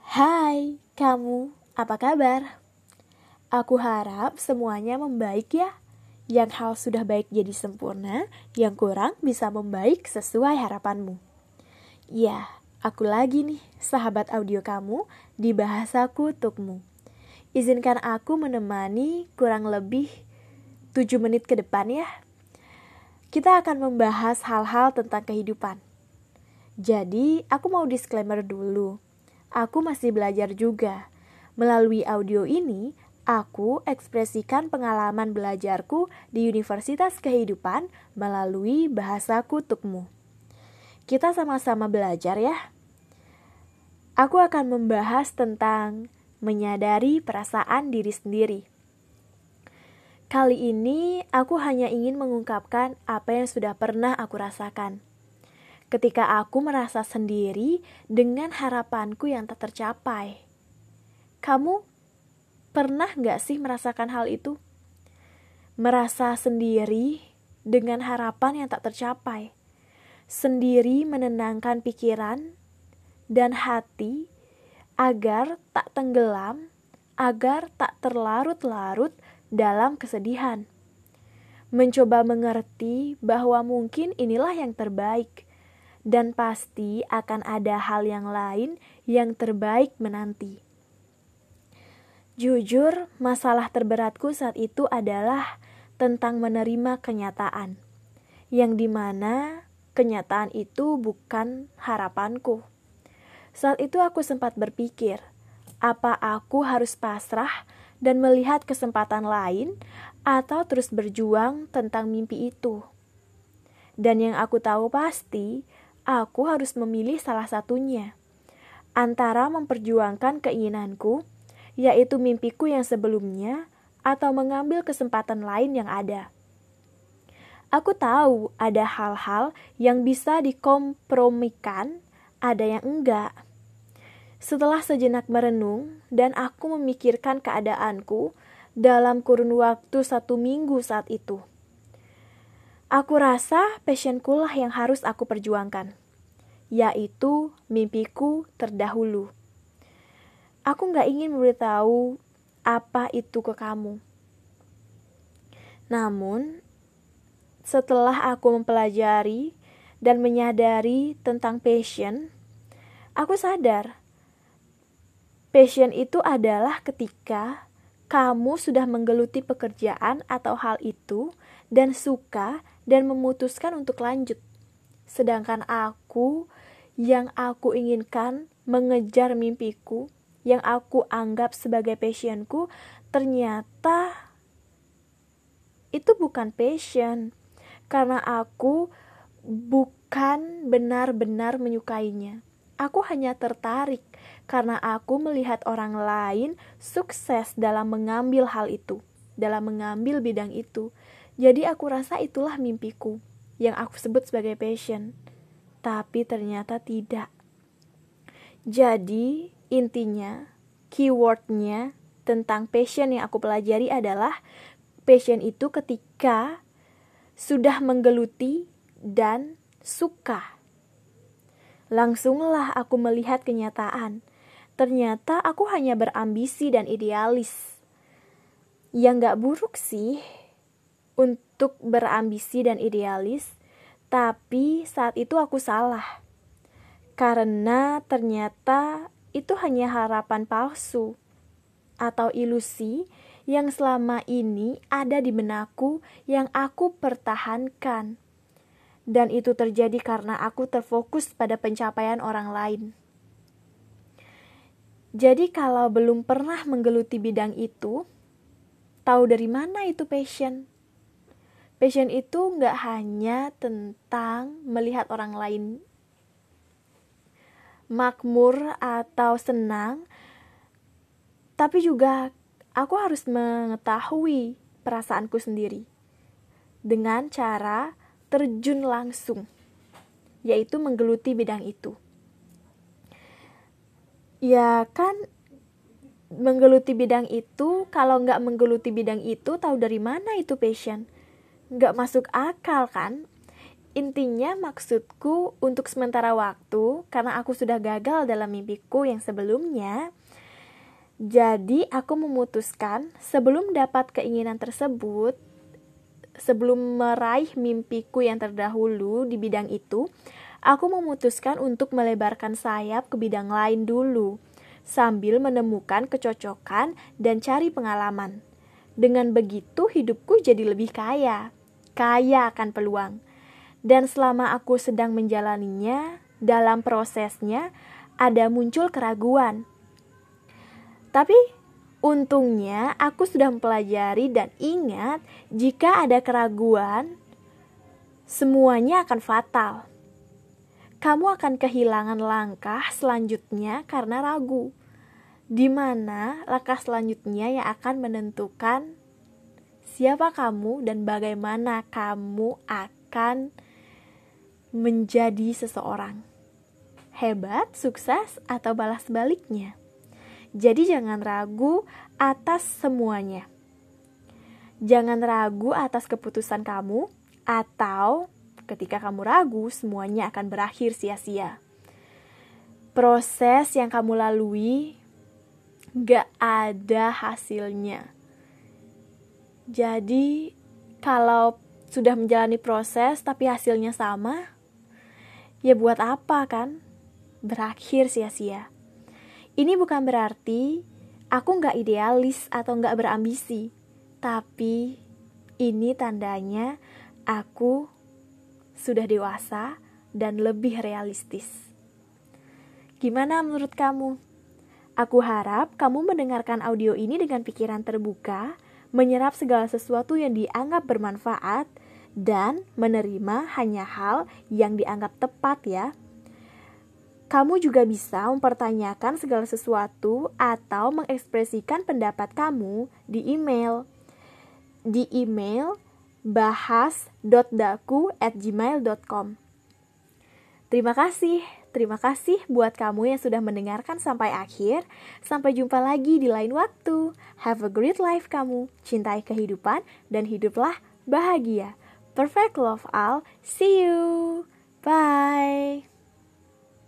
Hai, kamu apa kabar? Aku harap semuanya membaik ya. Yang hal sudah baik jadi sempurna, yang kurang bisa membaik sesuai harapanmu. Ya, aku lagi nih, sahabat audio kamu di Bahasaku Untukmu. Izinkan aku menemani kurang lebih 7 menit ke depan ya. Kita akan membahas hal-hal tentang kehidupan. Jadi, aku mau disclaimer dulu. Aku masih belajar juga. Melalui audio ini, aku ekspresikan pengalaman belajarku di Universitas Kehidupan melalui Bahasaku Untukmu. Kita sama-sama belajar ya. Aku akan membahas tentang menyadari perasaan diri sendiri. Kali ini, aku hanya ingin mengungkapkan apa yang sudah pernah aku rasakan. Ketika aku merasa sendiri dengan harapanku yang tak tercapai. Kamu pernah gak sih merasakan hal itu? Merasa sendiri dengan harapan yang tak tercapai. Sendiri menenangkan pikiran dan hati agar tak tenggelam, agar tak terlarut-larut dalam kesedihan. Mencoba mengerti bahwa mungkin inilah yang terbaik. Dan pasti akan ada hal yang lain yang terbaik menanti. Jujur, masalah terberatku saat itu adalah tentang menerima kenyataan. Yang dimana kenyataan itu bukan harapanku. Saat itu aku sempat berpikir, apa aku harus pasrah dan melihat kesempatan lain atau terus berjuang tentang mimpi itu. Dan yang aku tahu pasti, aku harus memilih salah satunya. Antara memperjuangkan keinginanku, yaitu mimpiku yang sebelumnya, atau mengambil kesempatan lain yang ada. Aku tahu ada hal-hal yang bisa dikompromikan, ada yang enggak. Setelah sejenak merenung dan aku memikirkan keadaanku dalam kurun waktu 1 minggu saat itu. Aku rasa passionku lah yang harus aku perjuangkan, yaitu mimpiku terdahulu. Aku gak ingin memberitahu apa itu ke kamu. Namun, setelah aku mempelajari dan menyadari tentang passion, aku sadar passion itu adalah ketika kamu sudah menggeluti pekerjaan atau hal itu dan suka dan memutuskan untuk lanjut. Sedangkan yang aku inginkan mengejar mimpiku, yang aku anggap sebagai passionku, ternyata itu bukan passion. Karena aku bukan benar-benar menyukainya. Aku hanya tertarik karena aku melihat orang lain sukses dalam mengambil hal itu, dalam mengambil bidang itu. Jadi aku rasa itulah mimpiku, yang aku sebut sebagai passion. Tapi ternyata tidak. Jadi intinya, keywordnya tentang passion yang aku pelajari adalah passion itu ketika sudah menggeluti dan suka. Langsunglah aku melihat kenyataan. Ternyata aku hanya berambisi dan idealis. Yang gak buruk sih untuk berambisi dan idealis, tapi saat itu aku salah. Karena ternyata itu hanya harapan palsu atau ilusi yang selama ini ada di benakku yang aku pertahankan. Dan itu terjadi karena aku terfokus pada pencapaian orang lain. Jadi kalau belum pernah menggeluti bidang itu, tahu dari mana itu passion? Passion itu gak hanya tentang melihat orang lain makmur atau senang, tapi juga aku harus mengetahui perasaanku sendiri dengan cara terjun langsung, yaitu menggeluti bidang itu. Ya kan, menggeluti bidang itu, kalau gak menggeluti bidang itu, tahu dari mana itu passion? Gak masuk akal kan? Intinya maksudku untuk sementara waktu, karena aku sudah gagal dalam mimpiku yang sebelumnya, jadi aku memutuskan sebelum dapat keinginan tersebut, sebelum meraih mimpiku yang terdahulu di bidang itu, aku memutuskan untuk melebarkan sayap ke bidang lain dulu, sambil menemukan kecocokan dan cari pengalaman. Dengan begitu hidupku jadi lebih kaya akan peluang. Dan selama aku sedang menjalaninya, dalam prosesnya ada muncul keraguan. Tapi untungnya aku sudah mempelajari dan ingat jika ada keraguan, semuanya akan fatal. Kamu akan kehilangan langkah selanjutnya karena ragu. Di mana langkah selanjutnya yang akan menentukan siapa kamu dan bagaimana kamu akan menjadi seseorang hebat, sukses, atau balas baliknya. Jadi jangan ragu atas semuanya. Jangan ragu atas keputusan kamu, atau ketika kamu ragu, semuanya akan berakhir sia-sia. Proses yang kamu lalui gak ada hasilnya. Jadi kalau sudah menjalani proses tapi hasilnya sama, ya buat apa kan? Berakhir sia-sia. Ini bukan berarti aku gak idealis atau gak berambisi. Tapi ini tandanya aku sudah dewasa dan lebih realistis. Gimana menurut kamu? Aku harap kamu mendengarkan audio ini dengan pikiran terbuka, menyerap segala sesuatu yang dianggap bermanfaat, dan menerima hanya hal yang dianggap tepat ya. Kamu juga bisa mempertanyakan segala sesuatu atau mengekspresikan pendapat kamu di email. Di email bahas.daku@gmail.com. Terima kasih buat kamu yang sudah mendengarkan sampai akhir. Sampai jumpa lagi di lain waktu. Have a great life kamu. Cintai kehidupan dan hiduplah bahagia. Perfect love all. See you. Bye.